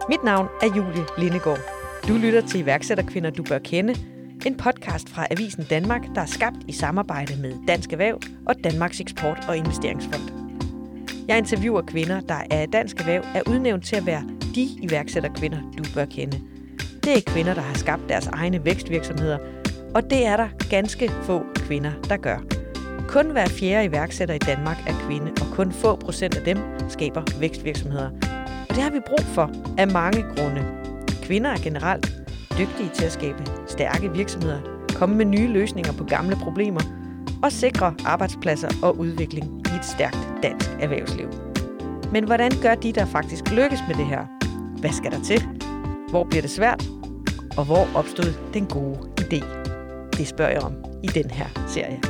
Mit navn er Julie Lindegaard. Du lytter til iværksætterkvinder, du bør kende. En podcast fra Avisen Danmark, der er skabt i samarbejde med Dansk Erhverv og Danmarks Eksport- og Investeringsfond. Jeg interviewer kvinder, der af Dansk Erhverv er udnævnt til at være de iværksætterkvinder, du bør kende. Det er kvinder, der har skabt deres egne vækstvirksomheder, og det er der ganske få kvinder, der gør. Kun hver fjerde iværksætter i Danmark er kvinde, og kun få procent af dem skaber vækstvirksomheder. Og det har vi brug for af mange grunde. Kvinder er generelt dygtige til at skabe stærke virksomheder, komme med nye løsninger på gamle problemer og sikre arbejdspladser og udvikling i et stærkt dansk erhvervsliv. Men hvordan gør de, der faktisk lykkes med det her? Hvad skal der til? Hvor bliver det svært? Og hvor opstod den gode idé? Det spørger jeg om i den her serie.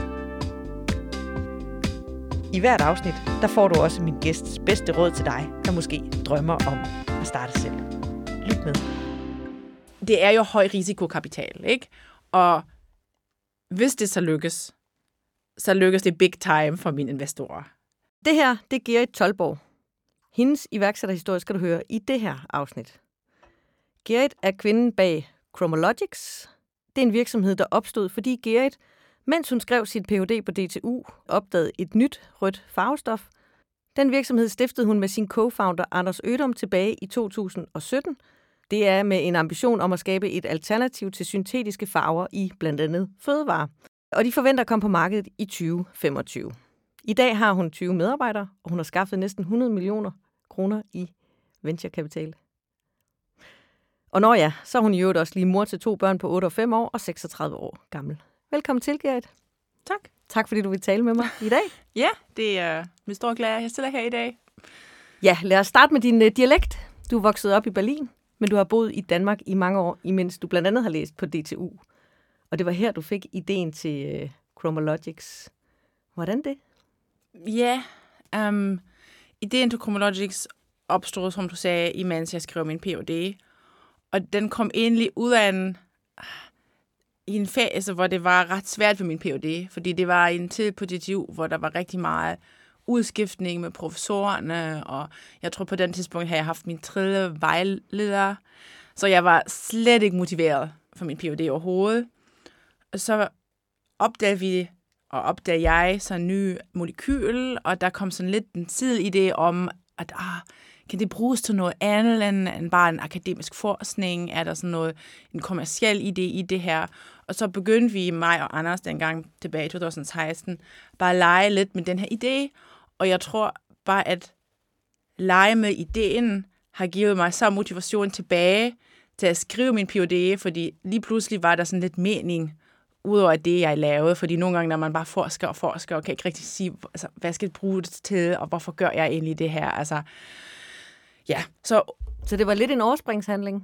I hvert afsnit, der får du også min gæsts bedste råd til dig, der måske drømmer om at starte selv. Lyt med. Det er jo høj risikokapital, ikke? Og hvis det så lykkes det big time for mine investorer. Det her, det er Gerrit Toldborg. Hendes iværksætterhistorie skal du høre i det her afsnit. Gerrit er kvinden bag Chromalogics. Det er en virksomhed, der opstod, fordi Gerrit, mens hun skrev sin Ph.D. på DTU, opdagede et nyt rødt farvestof. Den virksomhed stiftede hun med sin co-founder Anders Ødom tilbage i 2017. Det er med en ambition om at skabe et alternativ til syntetiske farver i blandt andet fødevarer. Og de forventer at komme på markedet i 2025. I dag har hun 20 medarbejdere, og hun har skaffet næsten 100 millioner kroner i venturekapital. Og når ja, så er hun i øvrigt også lige mor til 2 børn på 8 og 5 år og 36 år gammel. Velkommen til, Gerrit. Tak. Tak, fordi du vil tale med mig i dag. Ja, det er med stor glæde, at jeg stiller her i dag. Ja, lad os starte med din dialekt. Du er vokset op i Berlin, men du har boet i Danmark i mange år, imens du blandt andet har læst på DTU. Og det var her, du fik ideen til Chromalogics. Hvordan det? Ja, ideen til Chromalogics opstod, som du sagde, imens jeg skrev min Ph.D. Og den kom egentlig ud af i en fase, hvor det var ret svært for min Ph.D., fordi det var en tid på DTU, hvor der var rigtig meget udskiftning med professorerne, og jeg tror på den tidspunkt havde jeg haft min 3. vejleder, så jeg var slet ikke motiveret for min Ph.D. overhovedet. Og så opdagede jeg så en ny molekyl, og der kom sådan lidt en idé om, at kan det bruges til noget andet end bare en akademisk forskning? Er der sådan noget, en kommerciel idé i det her? Og så begyndte vi, mig og Anders dengang tilbage i 2016, bare at lege lidt med den her idé. Og jeg tror bare, at lege med ideen har givet mig så motivation tilbage til at skrive min Ph.D., fordi lige pludselig var der sådan lidt mening udover det, jeg lavede. Fordi nogle gange, når man bare forsker og kan ikke rigtig sige, altså, hvad skal jeg bruge det til, og hvorfor gør jeg egentlig det her? Altså, ja, så det var lidt en overspringshandling?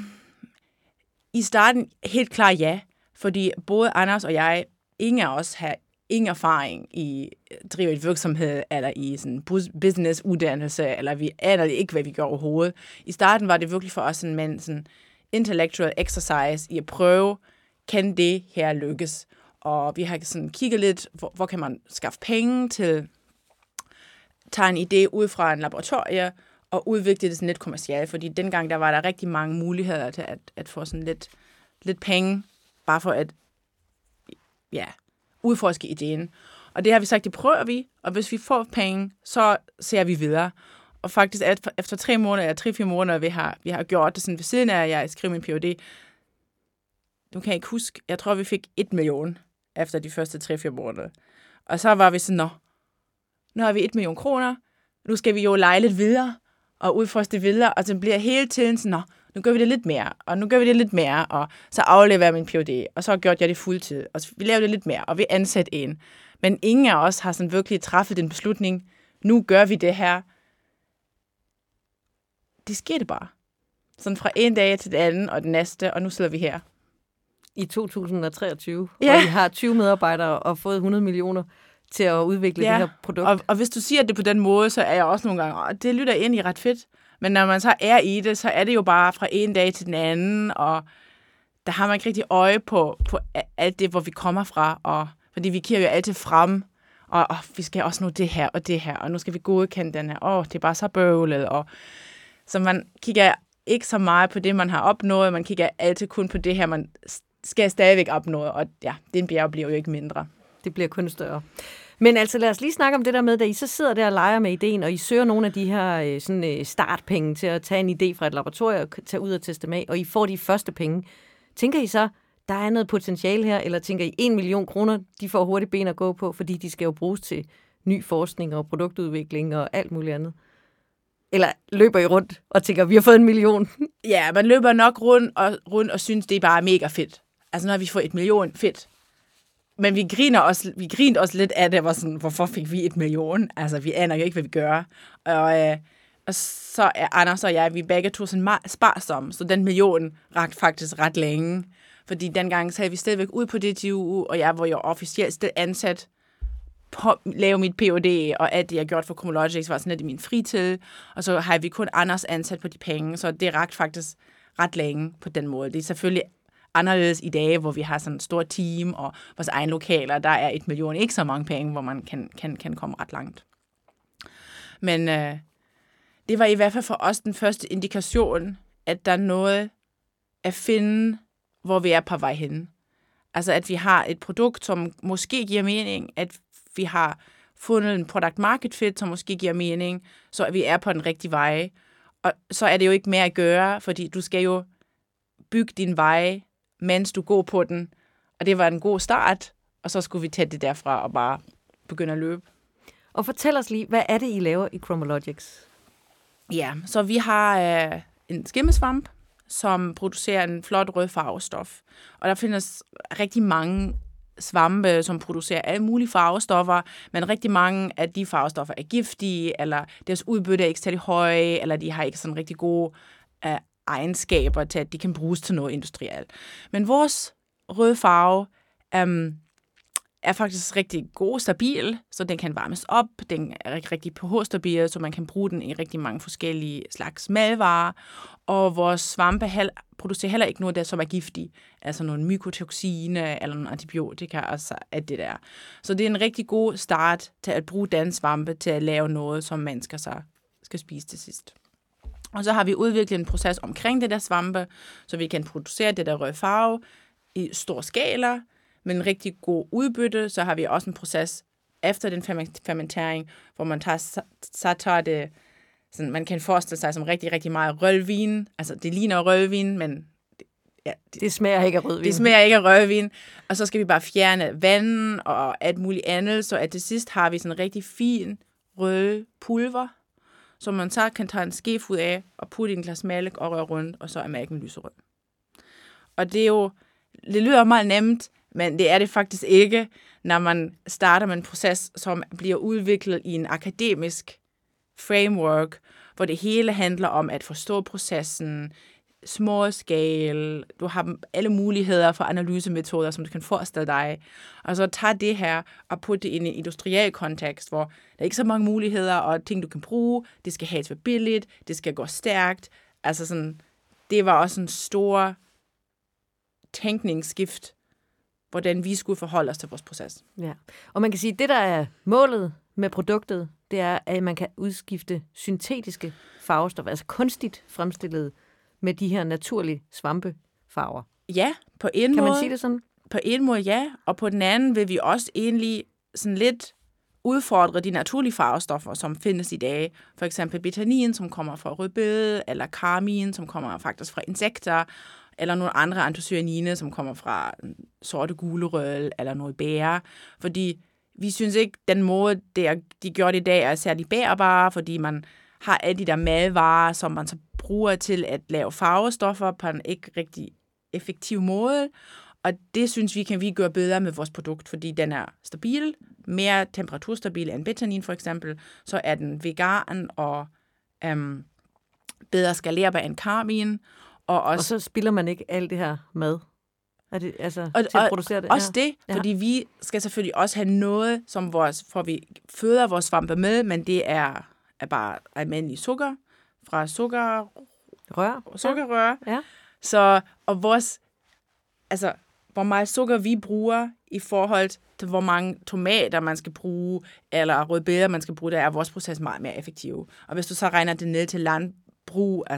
I starten helt klart ja, fordi både Anders og jeg, ingen af os har ingen erfaring i at drive et virksomhed, eller i sådan businessuddannelse, eller vi aner ikke, hvad vi gør overhovedet. I starten var det virkelig for os sådan intellectual exercise i at prøve, kan det her lykkes? Og vi har sådan kigget lidt, hvor kan man skaffe penge til, tage en idé ud fra en laboratorie, og udvikle det sådan lidt kommercielt, fordi dengang der var der rigtig mange muligheder til at få sådan lidt penge, bare for at udforske ideen. Og det har vi sagt, det prøver vi, og hvis vi får penge, så ser vi videre. Og faktisk efter 3-4 måneder, vi har gjort det sådan ved siden af, at jeg skrev min Ph.D., nu kan jeg ikke huske, jeg tror, vi fik 1 million efter de første 3-4 måneder. Og så var vi sådan, nu har vi 1 million kroner, nu skal vi jo lege lidt videre, og udforske det videre, og så bliver hele tiden sådan, nu gør vi det lidt mere, og nu gør vi det lidt mere, og så afleverer jeg min Ph.D., og så gjorde jeg det fuldtid, og vi lavede det lidt mere, og vi ansatte en. Men ingen af os har sådan virkelig træffet den beslutning, nu gør vi det her. Det skete bare. Sådan fra en dag til den anden, og den næste, og nu sidder vi her. I 2023, ja. Og vi har 20 medarbejdere og fået 100 millioner til at udvikle det her produkt. Og hvis du siger det på den måde, så er jeg også nogle gange, det lyder egentlig ret fedt. Men når man så er i det, så er det jo bare fra en dag til den anden, og der har man ikke rigtig øje på alt det, hvor vi kommer fra. Og, fordi vi kigger jo altid frem, og vi skal også nå det her, og nu skal vi godkende den her. Det er bare så bøvlet. Og så man kigger ikke så meget på det, man har opnået. Man kigger altid kun på det her, man skal stadigvæk opnå, og ja, den bjerg bliver jo ikke mindre. Det bliver kun større. Men altså, lad os lige snakke om det der med, da I så sidder der og leger med ideen, og I søger nogle af de her startpenge til at tage en idé fra et laboratorium og tage ud og teste med, og I får de første penge. Tænker I så, der er noget potentiale her, eller tænker I 1 million kroner, de får hurtigt ben at gå på, fordi de skal jo bruges til ny forskning og produktudvikling og alt muligt andet? Eller løber I rundt og tænker, vi har fået 1 million? Ja, man løber nok rundt og synes, det er bare mega fedt. Altså, når vi får 1 million, fedt. Men vi grinte også lidt af det, var sådan, hvorfor fik vi 1 million? Altså, vi aner jo ikke, hvad vi gør. Og så er Anders og jeg, vi begge to sådan meget sparsomme, så den million rakte faktisk ret længe. Fordi dengang så havde vi stadigvæk ud på DTU, og jeg var jo officielt ansat på at lave mit Ph.D., og alt det, jeg gjort for Chromalogics, var sådan lidt i min fritid. Og så har vi kun Anders ansat på de penge, så det rakte faktisk ret længe på den måde. Det er selvfølgelig anderledes i dag, hvor vi har sådan et stort team, og vores egen lokaler, der er 1 million ikke så mange penge, hvor man kan komme ret langt. Men det var i hvert fald for os den første indikation, at der er noget at finde, hvor vi er på vej hen. Altså, at vi har et produkt, som måske giver mening, at vi har fundet en product market fit, som måske giver mening, så at vi er på den rigtige vej. Og så er det jo ikke mere at gøre, fordi du skal jo bygge din vej, mens du går på den. Og det var en god start, og så skulle vi tage det derfra og bare begynde at løbe. Og fortæl os lige, hvad er det, I laver i Chromalogics? Ja, så vi har en skimmesvamp, som producerer en flot rød farvestof. Og der findes rigtig mange svampe, som producerer alle mulige farvestoffer, men rigtig mange af de farvestoffer er giftige, eller deres udbytte er ikke særlig høje, eller de har ikke sådan rigtig gode egenskaber til, at de kan bruges til noget industrielt. Men vores røde farve er faktisk rigtig god, stabil, så den kan varmes op, den er rigtig pH-stabil, så man kan bruge den i rigtig mange forskellige slags madvarer, og vores svampe producerer heller ikke noget, der som er giftigt, altså nogle mykotoxine eller nogle antibiotika, altså alt det der. Så det er en rigtig god start til at bruge den svampe til at lave noget, som mennesker så skal spise til sidst. Og så har vi udviklet en proces omkring det der svampe, så vi kan producere det der røde farve i stor skala, med en rigtig god udbytte. Så har vi også en proces efter den fermentering, hvor man tager det, sådan, man kan forestille sig som rigtig, rigtig meget rødvin. Altså, det ligner rødvin, men det smager ikke af rødvin. Det smager ikke af rødvin. Og så skal vi bare fjerne vand og alt muligt andet, så at til sidst har vi sådan en rigtig fin rød pulver, som man så kan tage en skefuld af og putte i en glas mælk og røre rundt, og så er mælken lyserød. Og det er jo, det lyder meget nemt, men det er det faktisk ikke, når man starter med en proces, som bliver udviklet i en akademisk framework, hvor det hele handler om at forstå processen, small scale, du har alle muligheder for analysemetoder, som du kan forestille dig, og så tage det her og putte det ind i en industriel kontekst, hvor der er ikke så mange muligheder og ting, du kan bruge, det skal helst være billigt, det skal gå stærkt, altså sådan, det var også en stor tænkningsskift, hvordan vi skulle forholde os til vores proces. Ja, og man kan sige, at det, der er målet med produktet, det er, at man kan udskifte syntetiske farvestoffer, altså kunstigt fremstillet med de her naturlige svampefarver. Ja, på en måde. Kan man sige det sådan? På en måde, ja. Og på den anden vil vi også egentlig sådan lidt udfordre de naturlige farvestoffer, som findes i dag. For eksempel betanin, som kommer fra rødbede, eller karmin, som kommer faktisk fra insekter, eller nogle andre antocyanine, som kommer fra sorte gulerød, eller noget bære. Fordi vi synes ikke, den måde, de gør det i dag, er særlig bærbare, fordi man har alle de der madvarer, som man så bruger til at lave farvestoffer på en ikke rigtig effektiv måde. Og det synes vi, kan vi gøre bedre med vores produkt, fordi den er stabil, mere temperaturstabil end betanin for eksempel. Så er den vegan og bedre skalerbar end karmin. Og så spilder man ikke alt det her mad. Er det, altså, til at producere det? Også det, fordi vi skal selvfølgelig også have noget, som for vi føder vores svampe med, men det er bare almindelig sukker fra sukkerrør. Ja. Så, og hvor meget sukker vi bruger i forhold til, hvor mange tomater man skal bruge, eller rødbeder man skal bruge, der er vores proces meget mere effektiv. Og hvis du så regner det ned til landbrug, altså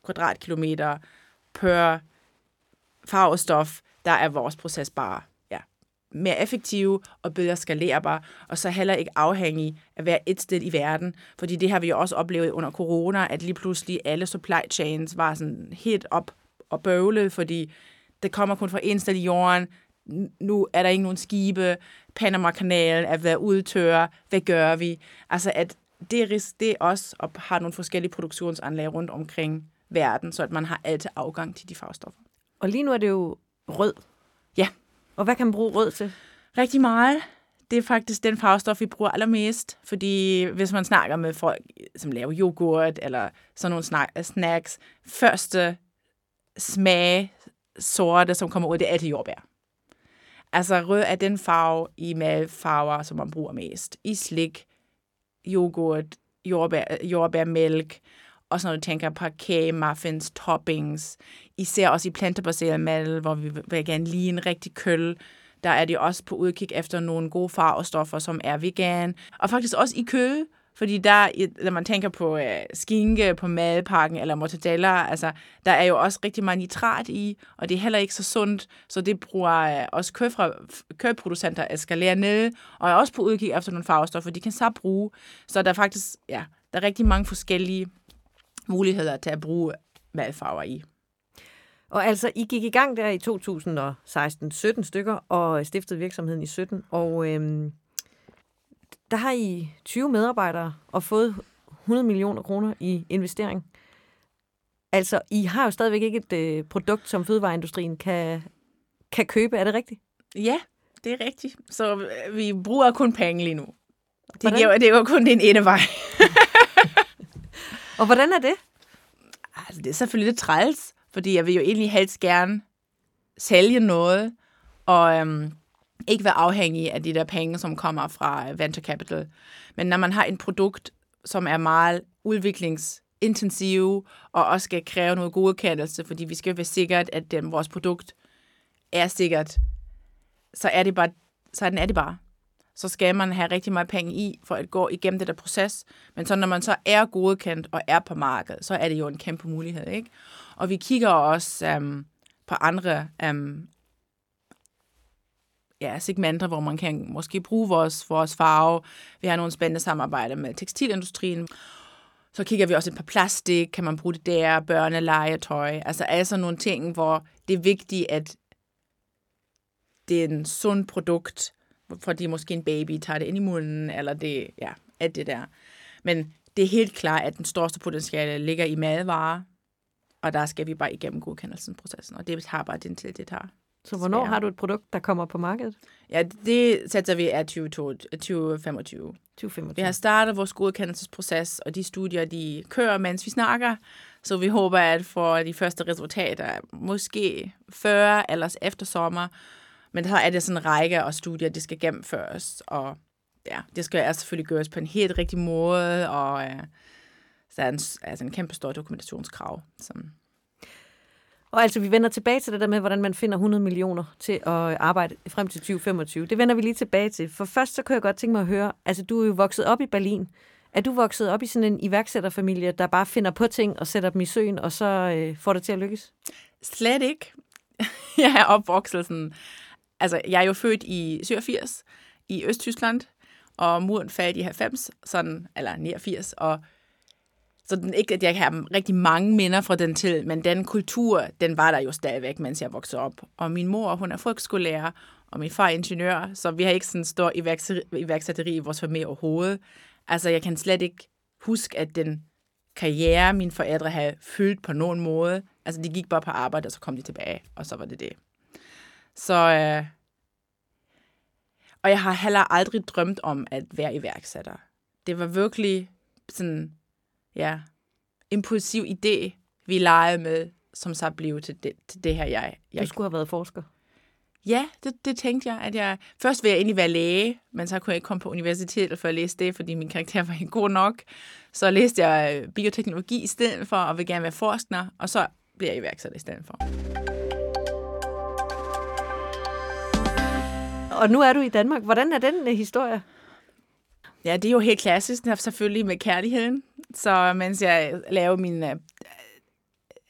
kvadratkilometer per farvestof, der er vores proces bare mere effektiv og bedre skalerbar, og så heller ikke afhængig af at være et sted i verden. Fordi det har vi jo også oplevet under corona, at lige pludselig alle supply chains var sådan helt op og bøvlet, fordi det kommer kun fra en sted i jorden. Nu er der ikke nogen skibe. Panama-kanalen er ved at udtørre. Hvad gør vi? Altså, at det er også at have nogle forskellige produktionsanlæg rundt omkring verden, så at man har altid afgang til de farvestoffer. Og lige nu er det jo rød. Ja. Og hvad kan man bruge rød til? Rigtig meget. Det er faktisk den farvestof, vi bruger allermest. Fordi hvis man snakker med folk, som laver yoghurt eller sådan nogle snacks, første smag sorte, som kommer ud, det er til jordbær. Altså rød er den farve i madfarver, som man bruger mest. I slik, yoghurt, jordbærmælk, og så når du tænker på kage, muffins, toppings, især også i plantebaseret mad, hvor vi vil gerne lide en rigtig køl, der er de også på udkig efter nogle gode farvestoffer, som er vegan, og faktisk også i kød, fordi der, når man tænker på skinke, på madpakken eller mortadella, altså, der er jo også rigtig meget nitrat i, og det er heller ikke så sundt, så det bruger også kødproducenter at skalere ned, og er også på udkig efter nogle farvestoffer, de kan så bruge. Så der er faktisk, der er rigtig mange forskellige muligheder til at bruge madfarver i. Og altså, I gik i gang der i 2016, 17 stykker, og stiftede virksomheden i 17, og der har I 20 medarbejdere og fået 100 millioner kroner i investering. Altså, I har jo stadigvæk ikke et produkt, som fødevareindustrien kan købe. Er det rigtigt? Ja, det er rigtigt. Så vi bruger kun penge lige nu. Det er jo kun den ene vej. Og hvordan er det? Altså, det er selvfølgelig lidt træls, fordi jeg vil jo egentlig helst gerne sælge noget, og ikke være afhængig af de der penge, som kommer fra venture capital. Men når man har et produkt, som er meget udviklingsintensiv, og også skal kræve noget godkendelse, fordi vi skal være sikkert, at vores produkt er sikkert, så er det bare. Så skal man have rigtig meget penge i, for at gå igennem det der proces. Men så når man så er godkendt og er på markedet, så er det jo en kæmpe mulighed, ikke? Og vi kigger også på andre segmenter, hvor man kan måske bruge vores farve. Vi har nogle spændende samarbejder med tekstilindustrien. Så kigger vi også på plastik. Kan man bruge det der? Børnelegetøj. Altså nogle ting, hvor det er vigtigt, at det er en sund produkt, fordi måske en baby tager det ind i munden, eller det, alt det der. Men det er helt klart, at den største potentiale ligger i madvarer, og der skal vi bare igennem godkendelsesprocessen, og det tager bare den tid, det tager. Så hvornår har du et produkt, der kommer på markedet? Ja, det sætter vi af 2025. Vi har startet vores godkendelsesproces, og de studier, de kører, mens vi snakker, så vi håber at få de første resultater, måske før eller efter sommer. Men så er det sådan en række af studier, det skal gennemføres, og det skal selvfølgelig gøres på en helt rigtig måde, og så er en kæmpe stor dokumentationskrav. Og altså, vi vender tilbage til det der med, hvordan man finder 100 millioner til at arbejde frem til 2025. Det vender vi lige tilbage til. For først så kan jeg godt tænke mig at høre, altså du er jo vokset op i Berlin. Er du vokset op i sådan en iværksætterfamilie, der bare finder på ting og sætter dem i søen, og så får det til at lykkes? Slet ikke. Jeg er opvokset sådan. Altså, jeg er jo født i 87 i Østtyskland, og muren faldt i 90, eller 89, og sådan ikke, at jeg har rigtig mange minder fra den tid, men den kultur, den var der jo stadigvæk, mens jeg voksede op. Og min mor, hun er folkeskolelærer, og min far er ingeniør, så vi har ikke sådan stor iværksætteri i vores familie overhovedet. Altså, jeg kan slet ikke huske, at den karriere, mine forældre havde fyldt på nogen måde. Altså, de gik bare på arbejde, og så kom de tilbage, og så var det det. Så, og jeg har heller aldrig drømt om at være iværksætter. Det var virkelig sådan, impulsiv idé, vi legede med, som så blev til det her, jeg... Du skulle have været forsker. Ja, det tænkte jeg, at jeg... Først ville jeg egentlig være læge, men så kunne jeg ikke komme på universitetet for at læse det, fordi min karakter var ikke god nok. Så læste jeg bioteknologi i stedet for, og ville gerne være forsker, og så blev jeg iværksætter i stedet for. Og nu er du i Danmark. Hvordan er den historie? Ja, det er jo helt klassisk, selvfølgelig med kærligheden. Så mens jeg lavede min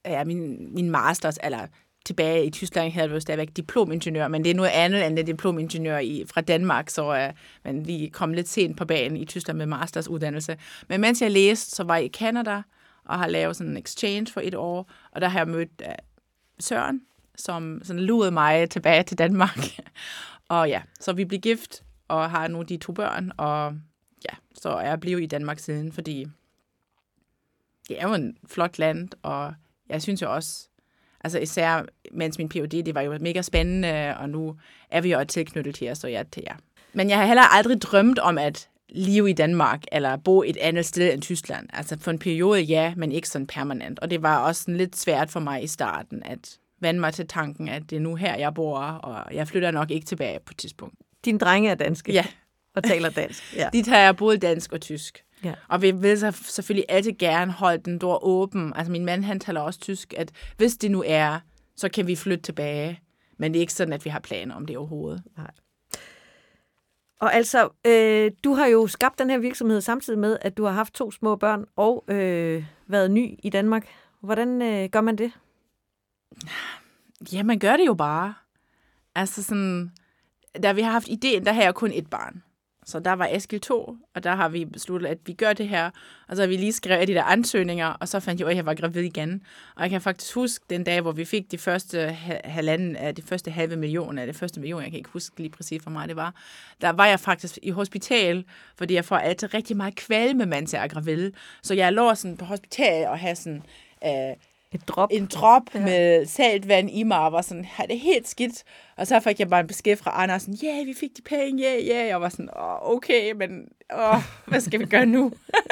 min masters, eller tilbage i Tyskland havde jeg jo stadigvæk diplomingeniør, men det er noget andet end det diplomingeniør fra Danmark, så men vi kom lidt sent på banen i Tyskland med mastersuddannelse. Men mens jeg læste, så var jeg i Canada og har lavet sådan en exchange for 1 år, og der har jeg mødt Søren, som sådan lurede mig tilbage til Danmark. Og ja, så vi blev gift og har nu de 2 børn, og ja, så er jeg blevet i Danmark siden, fordi det er jo en flot land, og jeg synes jo også, altså især mens min PhD, det var jo mega spændende, og nu er vi jo tilknyttet her, så til jer. Men jeg har heller aldrig drømt om at leve i Danmark, eller bo et andet sted end Tyskland. Altså for en periode, ja, men ikke sådan permanent. Og det var også sådan lidt svært for mig i starten, at vende mig til tanken, at det er nu her, jeg bor, og jeg flytter nok ikke tilbage på et tidspunkt. Dine drenge er danske? Ja. Og taler dansk? Ja. De tager både dansk og tysk. Ja. Og vi vil selvfølgelig altid gerne holde den dør åben. Altså min mand, han taler også tysk, at hvis det nu er, så kan vi flytte tilbage. Men det er ikke sådan, at vi har planer om det overhovedet. Nej. Og altså, du har jo skabt den her virksomhed samtidig med, at du har haft 2 små børn og været ny i Danmark. Hvordan gør man det? Ja, man gør det jo bare. Altså sådan, da vi har haft idéen, der har jeg kun 1 barn. Så der var Eskil 2, og der har vi besluttet, at vi gør det her. Og så har vi lige skrevet de der ansøgninger, og så fandt jeg ud af, at jeg var gravid igen. Og jeg kan faktisk huske den dag, hvor vi fik de første halve million, det første million, jeg kan ikke huske lige præcis for mig, det var. Der var jeg faktisk i hospital, fordi jeg får altid rigtig meget kvalme, mens jeg er gravid. Så jeg lå sådan på hospital og havde sådan en drop med saltvand i mig, og var sådan, det er helt skidt. Og så fik jeg bare en besked fra Anders, sådan, vi fik de penge, yeah. Jeg var sådan, okay, men hvad skal vi gøre nu?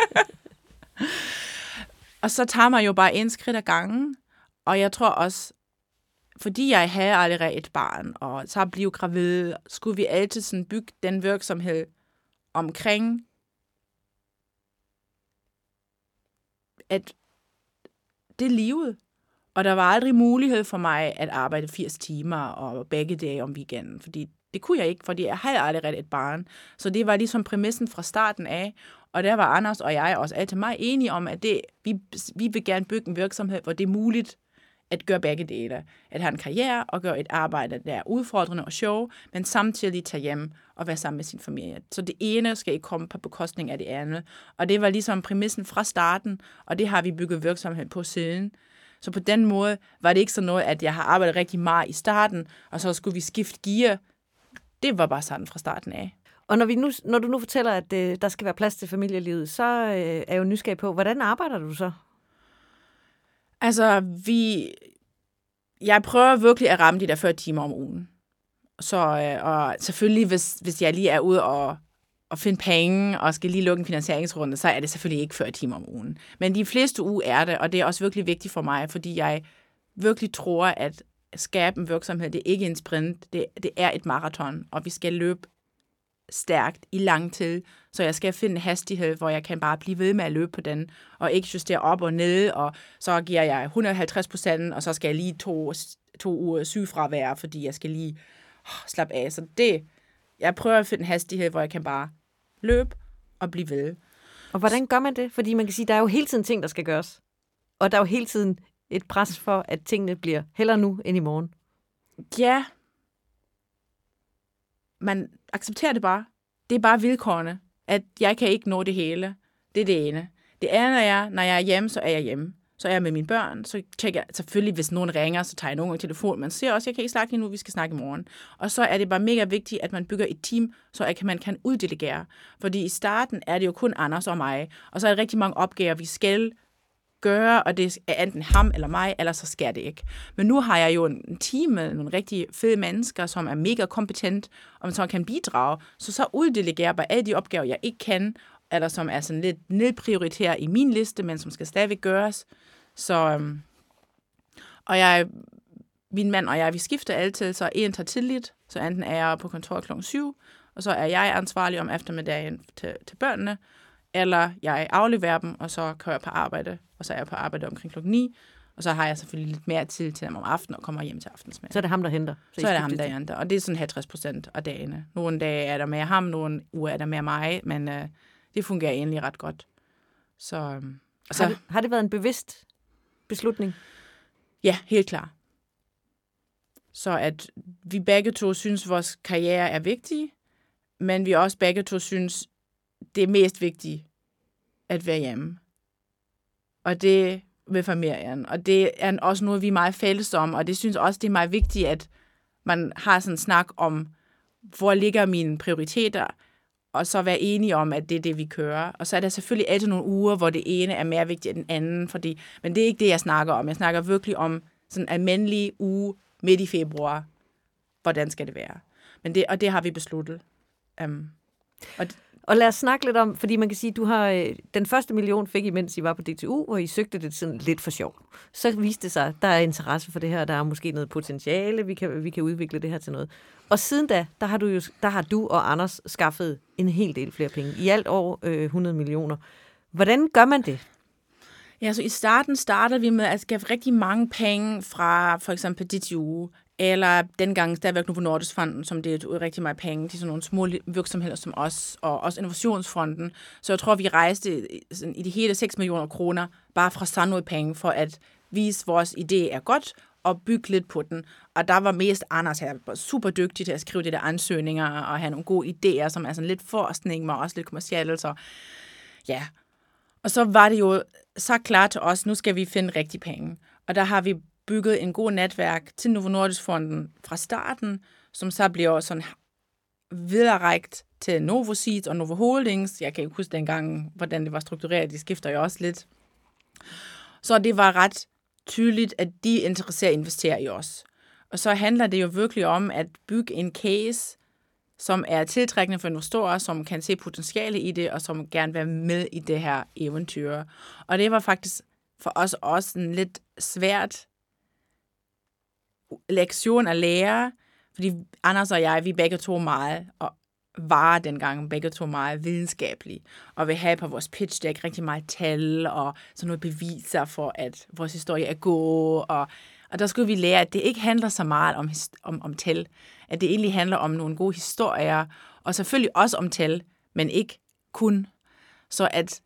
Og så tager man jo bare 1 skridt ad gangen, og jeg tror også, fordi jeg havde allerede et barn, og så blev gravid, skulle vi altid sådan bygge den virksomhed omkring, at det er livet. Og der var aldrig mulighed for mig at arbejde 80 timer og begge dage om weekenden, fordi det kunne jeg ikke, fordi jeg havde aldrig et barn. Så det var ligesom præmissen fra starten af, og der var Anders og jeg også altid meget enige om, at vi vil gerne bygge en virksomhed, hvor det er muligt at gøre begge dele. At have en karriere og gøre et arbejde, der er udfordrende og sjov, men samtidig tage hjem og være sammen med sin familie. Så det ene skal ikke komme på bekostning af det andet. Og det var ligesom præmissen fra starten, og det har vi bygget virksomhed på siden. Så på den måde var det ikke sådan noget, at jeg har arbejdet rigtig meget i starten, og så skulle vi skifte gear. Det var bare sådan fra starten af. Og når du nu fortæller, at der skal være plads til familielivet, så er jeg jo nysgerrig på, hvordan arbejder du så? Altså, jeg prøver virkelig at ramme de der 40 timer om ugen. Så, og selvfølgelig, hvis jeg lige er ude og finde penge, og skal lige lukke en finansieringsrunde, så er det selvfølgelig ikke 40 timer om ugen. Men de fleste uger er det, og det er også virkelig vigtigt for mig, fordi jeg virkelig tror, at skabe en virksomhed, det er ikke en sprint, det er et maraton, og vi skal løbe stærkt i lang tid, så jeg skal finde en hastighed, hvor jeg kan bare blive ved med at løbe på den, og ikke justere op og ned, og så giver jeg 150%, og så skal jeg lige to uger sygefravær, fordi jeg skal lige slappe af. Så jeg prøver at finde en hastighed, hvor jeg kan bare løbe og blive ved. Og hvordan gør man det? Fordi man kan sige, der er jo hele tiden ting, der skal gøres. Og der er jo hele tiden et pres for, at tingene bliver hellere nu end i morgen. Ja. Man accepterer det bare. Det er bare vilkårene, at jeg kan ikke nå det hele. Det er det ene. Det andet er, når jeg er hjemme, så er jeg hjemme. Så er jeg med mine børn, så tjekker jeg selvfølgelig, hvis nogen ringer, så tager jeg nogle gange telefon. Man siger også, jeg kan ikke snakke lige nu, vi skal snakke i morgen. Og så er det bare mega vigtigt, at man bygger et team, så man kan uddelegere. Fordi i starten er det jo kun Anders og mig, og så er der rigtig mange opgaver, vi skal gøre, og det er enten ham eller mig, ellers så sker det ikke. Men nu har jeg jo en team med nogle rigtig fede mennesker, som er mega kompetent, og som kan bidrage, så uddelegerer jeg bare alle de opgaver, jeg ikke kan, eller som er sådan lidt nedprioriteret i min liste, men som skal stadigvæk gøres. Så, og min mand og jeg, vi skifter altid, så en tager tidligt, så enten er jeg på kontor kl. 7, og så er jeg ansvarlig om eftermiddagen til børnene, eller jeg afleverer dem, og så kører jeg på arbejde, og så er jeg på arbejde omkring kl. 9, og så har jeg selvfølgelig lidt mere tid til dem om aftenen, og kommer hjem til aftensmad. Så er det ham, der henter? Så er det ham, der henter, og det er sådan 50% af dagene. Nogle dage er der mere ham, nogle uger er der mere mig, men det fungerer egentlig ret godt. Så har det været en bevidst beslutning? Ja, helt klart. Så at vi begge to synes, vores karriere er vigtig, men vi også begge to synes, det er mest vigtigt at være hjemme. Og det med familien. Og det er også noget, vi er meget fælles om, og det synes også, det er meget vigtigt, at man har sådan en snak om, hvor ligger mine prioriteter, og så være enige om, at det er det, vi kører. Og så er der selvfølgelig altid nogle uger, hvor det ene er mere vigtigt end den anden, men det er ikke det, jeg snakker om. Jeg snakker virkelig om sådan en almindelig uge midt i februar. Hvordan skal det være? Og det har vi besluttet. Og lad os snakke lidt om, fordi man kan sige, du har den første million fik I, mens I var på DTU, hvor I søgte det sådan lidt for sjov. Så viste det sig, at der er interesse for det her, der er måske noget potentiale, vi kan udvikle det her til noget. Og siden da, der har du og Anders skaffet en hel del flere penge. I alt over 100 millioner. Hvordan gør man det? Ja, så i starten startede vi med at skaffe rigtig mange penge fra for eksempel DTU, eller dengang stadigvæk Novo Nordisk Fonden, som det er rigtig meget penge til sådan nogle små virksomheder som os, og også Innovationsfonden. Så jeg tror, vi rejste i de hele 6 millioner kroner, bare fra sådan noget penge, for at vise, vores idé er godt, og bygge lidt på den. Og der var mest Anders her, var super dygtig til at skrive de der ansøgninger, og have nogle gode idéer, som er sådan lidt forskning, men også lidt kommercielt. Så ja. Og så var det jo så klart til os, nu skal vi finde rigtig penge. Og der har vi bygget en god netværk til Novo Nordisk Fonden fra starten, som så bliver sådan vidererækt til Novo Seeds og Novo Holdings. Jeg kan ikke huske dengang, hvordan det var struktureret. De skifter jo også lidt. Så det var ret tydeligt, at de interesserer at investere i os. Og så handler det jo virkelig om at bygge en case, som er tiltrækkende for investorer, som kan se potentiale i det, og som gerne vil være med i det her eventyr. Og det var faktisk for os også en lidt svært lektion at lære, fordi Anders og jeg, vi begge to meget, og var dengang begge to meget videnskabelige, og vi havde på vores pitch deck rigtig meget tal, og sådan nogle beviser for, at vores historie er god, og der skulle vi lære, at det ikke handler så meget om tal, at det egentlig handler om nogle gode historier, og selvfølgelig også om tal, men ikke kun. Så at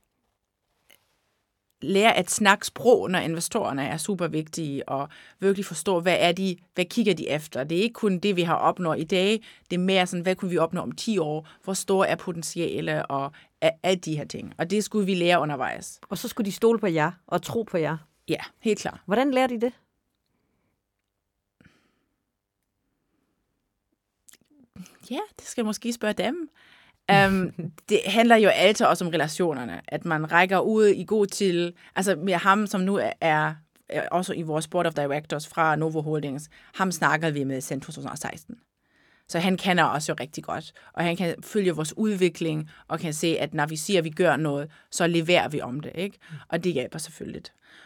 lære at snakke sprog, når investorerne er super vigtige, og virkelig forstå, hvad kigger de efter. Det er ikke kun det, vi har opnået i dag, det er mere sådan, hvad kunne vi opnå om 10 år, hvor store er potentiale, og alle de her ting. Og det skulle vi lære undervejs. Og så skulle de stole på jer, og tro på jer. Ja, helt klart. Hvordan lærer de det? Ja, det skal jeg måske spørge dem. Det handler jo altid også om relationerne, at man rækker ud i god til, altså med ham, som nu er også i vores board of directors fra Novo Holdings, ham snakkede vi med siden 2016. Så han kender os jo rigtig godt, og han kan følge vores udvikling, og kan se, at når vi siger, at vi gør noget, så leverer vi om det, ikke? Og det hjælper selvfølgelig.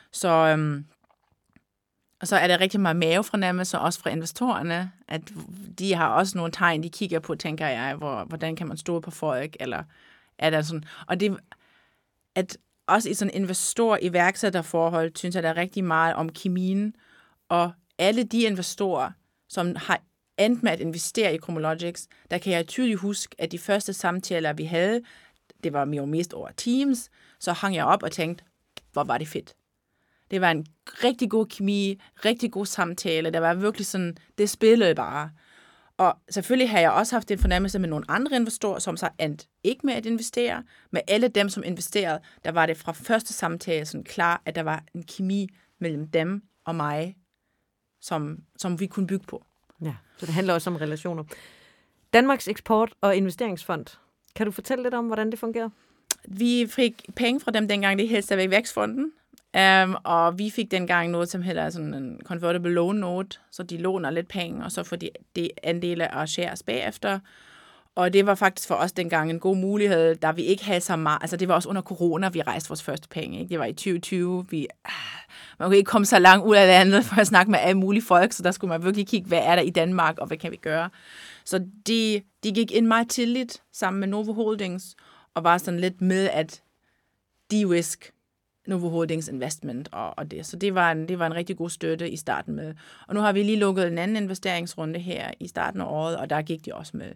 Og så er der rigtig meget mavefornemmelse, også fra investorerne, at de har også nogle tegn, de kigger på, tænker jeg, hvordan kan man stå på folk, eller er der sådan. Og det, at også i sådan investor-iværksætterforhold, synes jeg, der er rigtig meget om kemien, og alle de investorer, som har endt med at investere i Chromalogics, der kan jeg tydeligt huske, at de første samtaler, vi havde, det var jo mest over Teams, så hang jeg op og tænkte, hvor var det fedt. Det var en rigtig god kemi, rigtig god samtale. Der var virkelig sådan, det spillede bare. Og selvfølgelig har jeg også haft en fornemmelse med nogle andre investorer, som så endte ikke med at investere. Med alle dem, som investerede, der var det fra første samtale sådan klar, at der var en kemi mellem dem og mig, som vi kunne bygge på. Ja, så det handler også om relationer. Danmarks Eksport- og Investeringsfond. Kan du fortælle lidt om, hvordan det fungerer? Vi fik penge fra dem dengang, det hed stadigvæk Vækstfonden. Og vi fik dengang noget, som hedder sådan en convertible loan note, så de låner lidt penge, og så får de andele af shares bagefter. Og det var faktisk for os dengang en god mulighed, da vi ikke havde så meget, altså det var også under corona, vi rejste vores første penge, ikke? Det var i 2020, man kunne ikke komme så langt ud af landet for at snakke med alle mulige folk, så der skulle man virkelig kigge, hvad er der i Danmark, og hvad kan vi gøre? Så de gik ind meget tidligt sammen med Novo Holdings, og var sådan lidt med at de-risk Novo Holdings investment og det. Så det var en rigtig god støtte i starten med. Og nu har vi lige lukket en anden investeringsrunde her i starten af året, og der gik de også med.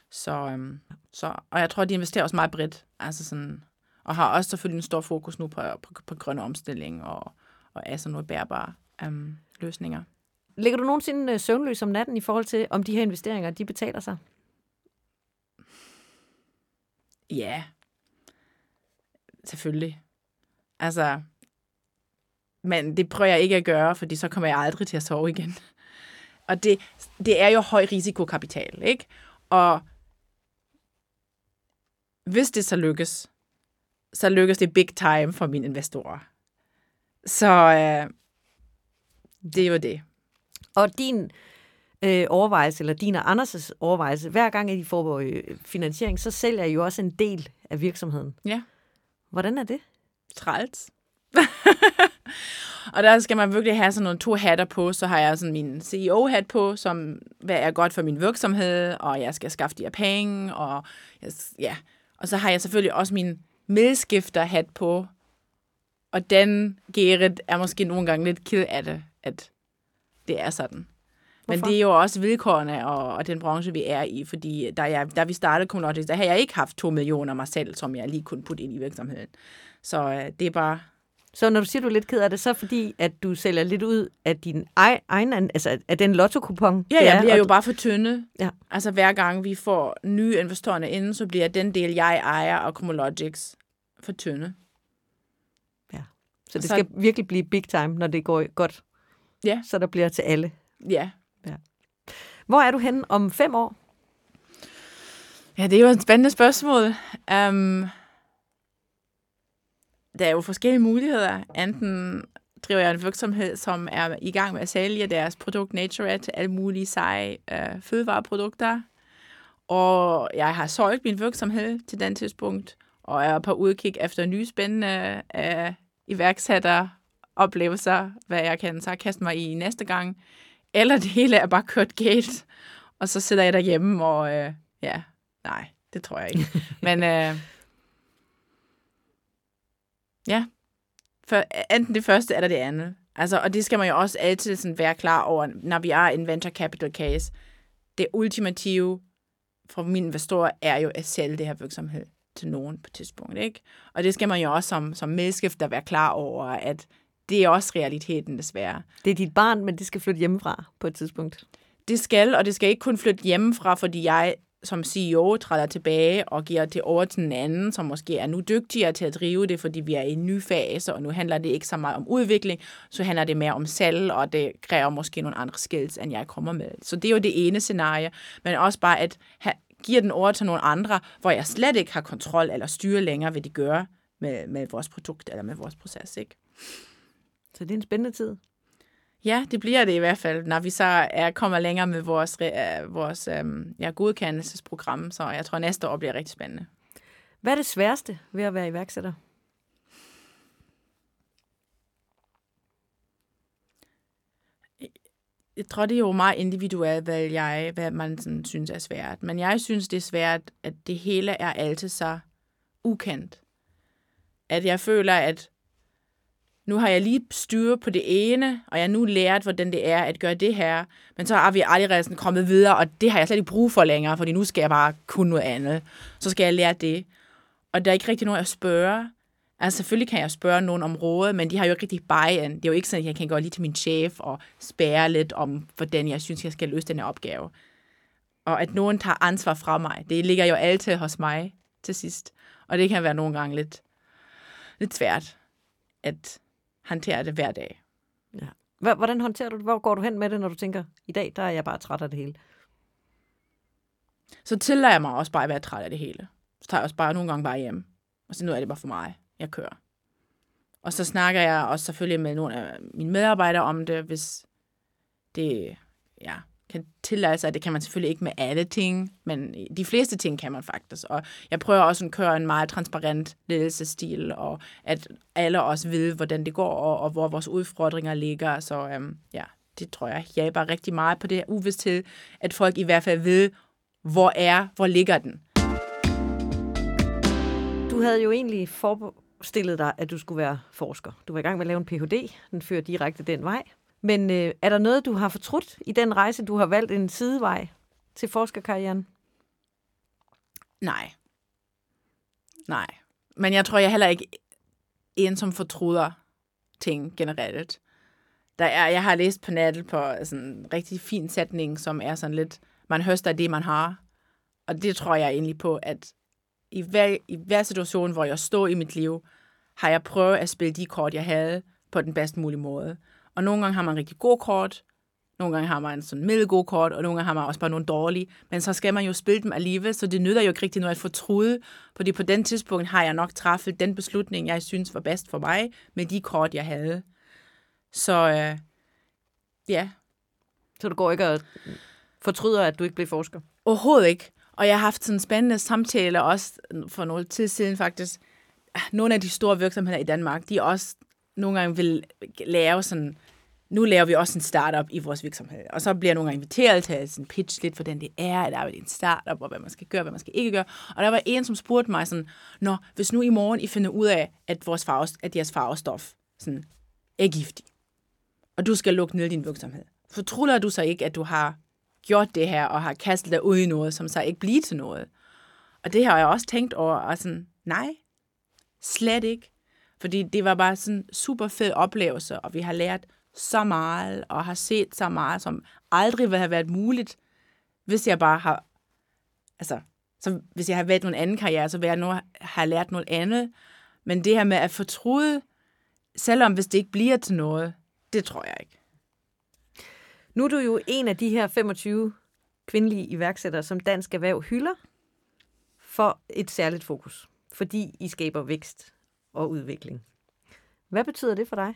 Og jeg tror, de investerer også meget bredt, altså sådan, og har også selvfølgelig en stor fokus nu på grøn omstilling og er sådan noget bærbare. løsninger. Ligger du nogensinde søvnløs om natten i forhold til, om de her investeringer, de betaler sig? Ja, selvfølgelig. Altså, men det prøver jeg ikke at gøre, fordi så kommer jeg aldrig til at sove igen. Og det er jo høj risikokapital, ikke? Og hvis det så lykkes det big time for mine investorer. Så det er jo det. Og din overvejelse, eller din og Anders' overvejelse, hver gang I får finansiering, så sælger I jo også en del af virksomheden. Ja. Hvordan er det? Træls. Og der skal man virkelig have sådan nogle 2 hatter på. Så har jeg sådan min CEO-hat på, som hvad er godt for min virksomhed, og jeg skal skaffe de her penge, og og så har jeg selvfølgelig også min medskifter-hat på, og den Gerrit er måske nogle gange lidt ked af det, at det er sådan. Men Hvorfor? det er jo også vilkårene og den branche, vi er i, fordi da vi startede Commodities, der har jeg ikke haft 2 millioner mig selv, som jeg lige kunne putte ind i virksomheden. Så det er bare... Så når du siger, du er lidt ked af det, så er fordi, at du sælger lidt ud af din egen, altså af den lotto-kupon? Ja, jeg bliver jo bare for tynde. Ja. Altså hver gang vi får nye investorerne inden, så bliver den del, jeg ejer af Comologics, for tynde. Ja. Så det skal virkelig blive big time, når det går godt. Ja. Så der bliver til alle. Ja. Hvor er du henne om 5 år? Ja, det er jo et spændende spørgsmål. Der er jo forskellige muligheder. Enten driver jeg en virksomhed, som er i gang med at sælge deres produkt Naturet til alle mulige seje fødevareprodukter. Og jeg har solgt min virksomhed til den tidspunkt, og er på udkig efter nye spændende iværksætteroplevelser, hvad jeg kan så kaste mig i næste gang. Eller det hele er bare kørt galt, og så sidder jeg derhjemme, og nej, det tror jeg ikke. Men for enten det første eller det andet. Altså, og det skal man jo også altid sådan være klar over, når vi er en venture capital case. Det ultimative for mine investorer er jo at sælge det her virksomhed til nogen på et tidspunkt, ikke? Og det skal man jo også som medskifter være klar over, at det er også realiteten, desværre. Det er dit barn, men det skal flytte hjemmefra på et tidspunkt. Det skal, og det skal ikke kun flytte hjemmefra, fordi jeg som CEO træder tilbage og giver det over til den anden, som måske er nu dygtigere til at drive det, fordi vi er i en ny fase, og nu handler det ikke så meget om udvikling, så handler det mere om salg, og det kræver måske nogle andre skills, end jeg kommer med. Så det er jo det ene scenarie, men også bare at giver den over til nogle andre, hvor jeg slet ikke har kontrol eller styre længere, hvad de gør med vores produkt eller med vores proces, ikke? Så det er en spændende tid. Ja, det bliver det i hvert fald, når vi så kommer længere med vores godkendelsesprogram, så jeg tror, næste år bliver rigtig spændende. Hvad er det sværeste ved at være iværksætter? Jeg tror, det er jo meget individuelt, hvad man sådan synes er svært. Men jeg synes, det er svært, at det hele er altid så ukendt. At jeg føler, at nu har jeg lige styr på det ene, og jeg har nu lært, hvordan det er at gøre det her. Men så har vi allerede sådan kommet videre, og det har jeg slet ikke brug for længere, fordi nu skal jeg bare kunne noget andet. Så skal jeg lære det. Og der er ikke rigtig nogen at spørge. Altså selvfølgelig kan jeg spørge nogen om råd, men de har jo ikke rigtig buy-in. Det er jo ikke sådan, at jeg kan gå lige til min chef og spære lidt om, hvordan jeg synes, jeg skal løse den her opgave. Og at nogen tager ansvar fra mig, det ligger jo altid hos mig til sidst. Og det kan være nogle gange lidt svært at håndtere det hver dag. Ja. Hvordan håndterer du det? Hvor går du hen med det, når du tænker, i dag der er jeg bare træt af det hele? Så tillader jeg mig også bare at være træt af det hele. Så tager jeg også bare nogle gange bare hjem. Og så nu er det bare for mig. Jeg kører. Og så snakker jeg også selvfølgelig med nogle af mine medarbejdere om det, hvis det kan tillade sig. Det kan man selvfølgelig ikke med alle ting, men de fleste ting kan man faktisk. Og jeg prøver også at køre en meget transparent ledelsesstil, og at alle også ved, hvordan det går, og hvor vores udfordringer ligger. Så det tror jeg hjælper rigtig meget på det her uvidsthed, at folk i hvert fald ved, hvor ligger den. Du havde jo egentlig forestillet dig, at du skulle være forsker. Du var i gang med at lave en Ph.D. Den fører direkte den vej. Men er der noget, du har fortrudt i den rejse, du har valgt en sidevej til forskerkarrieren? Nej. Men jeg tror, jeg heller ikke en, som fortruder ting generelt. Jeg har læst på nettet på sådan en rigtig fin sætning, som er sådan lidt, man høster det, man har. Og det tror jeg egentlig på, at i hver situation, hvor jeg står i mit liv, har jeg prøvet at spille de kort, jeg havde, på den bedst mulige måde. Og nogle gange har man rigtig gode kort, nogle gange har man sådan middelgode kort, og nogle gange har man også bare nogle dårlige. Men så skal man jo spille dem alligevel, så det nytter jo ikke rigtig noget at fortryde, fordi på den tidspunkt har jeg nok træffet den beslutning, jeg synes var bedst for mig, med de kort, jeg havde. Så ja. Så du går ikke og fortryder, at du ikke blev forsker? Overhovedet ikke. Og jeg har haft sådan spændende samtaler også for noget tid siden faktisk. Nogle af de store virksomheder i Danmark, de også nogle gange vil lave sådan, nu laver vi også en startup i vores virksomhed. Og så bliver jeg nogle gange inviteret til at sådan pitch lidt, hvordan det er at arbejde i en startup, og hvad man skal gøre, hvad man skal ikke gøre. Og der var en, som spurgte mig sådan, hvis nu i morgen I finder ud af, at jeres farvestof sådan, er giftig, og du skal lukke ned din virksomhed, fortryder du så ikke, at du har gjort det her, og har kastet dig ud i noget, som så ikke bliver til noget? Og det har jeg også tænkt over, og sådan, nej, slet ikke. Fordi det var bare sådan en super fed oplevelse, og vi har lært så meget, og har set så meget, som aldrig ville have været muligt, hvis jeg bare har, hvis jeg har valgt en anden karriere, så vil jeg nu have lært noget andet. Men det her med at fortryde, selvom hvis det ikke bliver til noget, det tror jeg ikke. Nu er du jo en af de her 25 kvindelige iværksættere, som Dansk Erhverv hylder for et særligt fokus, fordi I skaber vækst og udvikling. Hvad betyder det for dig?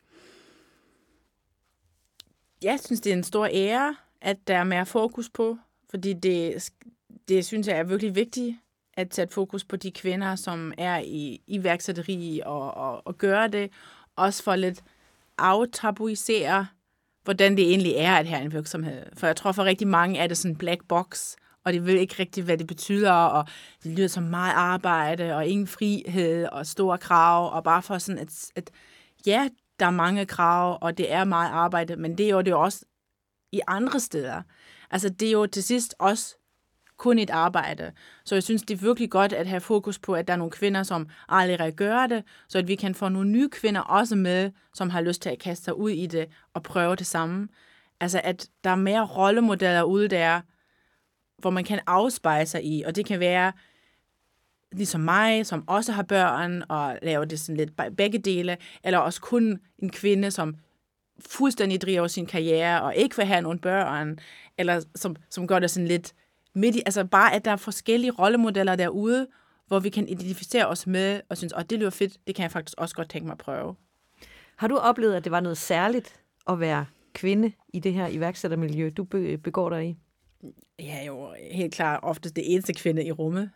Jeg synes, det er en stor ære, at der er mere fokus på, fordi det synes jeg er virkelig vigtigt, at sætte fokus på de kvinder, som er i iværksætteri og gøre det, også for lidt aftabuisere, hvordan det egentlig er at have en virksomhed. For jeg tror, for rigtig mange er det sådan en black box, og de ved ikke rigtigt, hvad det betyder, og det lyder som meget arbejde, og ingen frihed, og store krav, og bare for sådan, at ja, der er mange krav, og det er meget arbejde, men det er jo det også i andre steder. Altså, det er jo til sidst også kun et arbejde. Så jeg synes, det er virkelig godt at have fokus på, at der er nogle kvinder, som aldrig gør det, så at vi kan få nogle nye kvinder også med, som har lyst til at kaste sig ud i det og prøve det samme. Altså, at der er mere rollemodeller ude der, hvor man kan afspejle sig i, og det kan være ligesom mig, som også har børn, og laver det sådan lidt begge dele, eller også kun en kvinde, som fuldstændig driver sin karriere, og ikke vil have nogen børn, eller som gør det sådan lidt midt i, altså bare, at der er forskellige rollemodeller derude, hvor vi kan identificere os med, og synes, det lyder fedt, det kan jeg faktisk også godt tænke mig at prøve. Har du oplevet, at det var noget særligt at være kvinde i det her iværksættermiljø, du begår dig i? Jeg er jo helt klart oftest det eneste kvinde i rummet.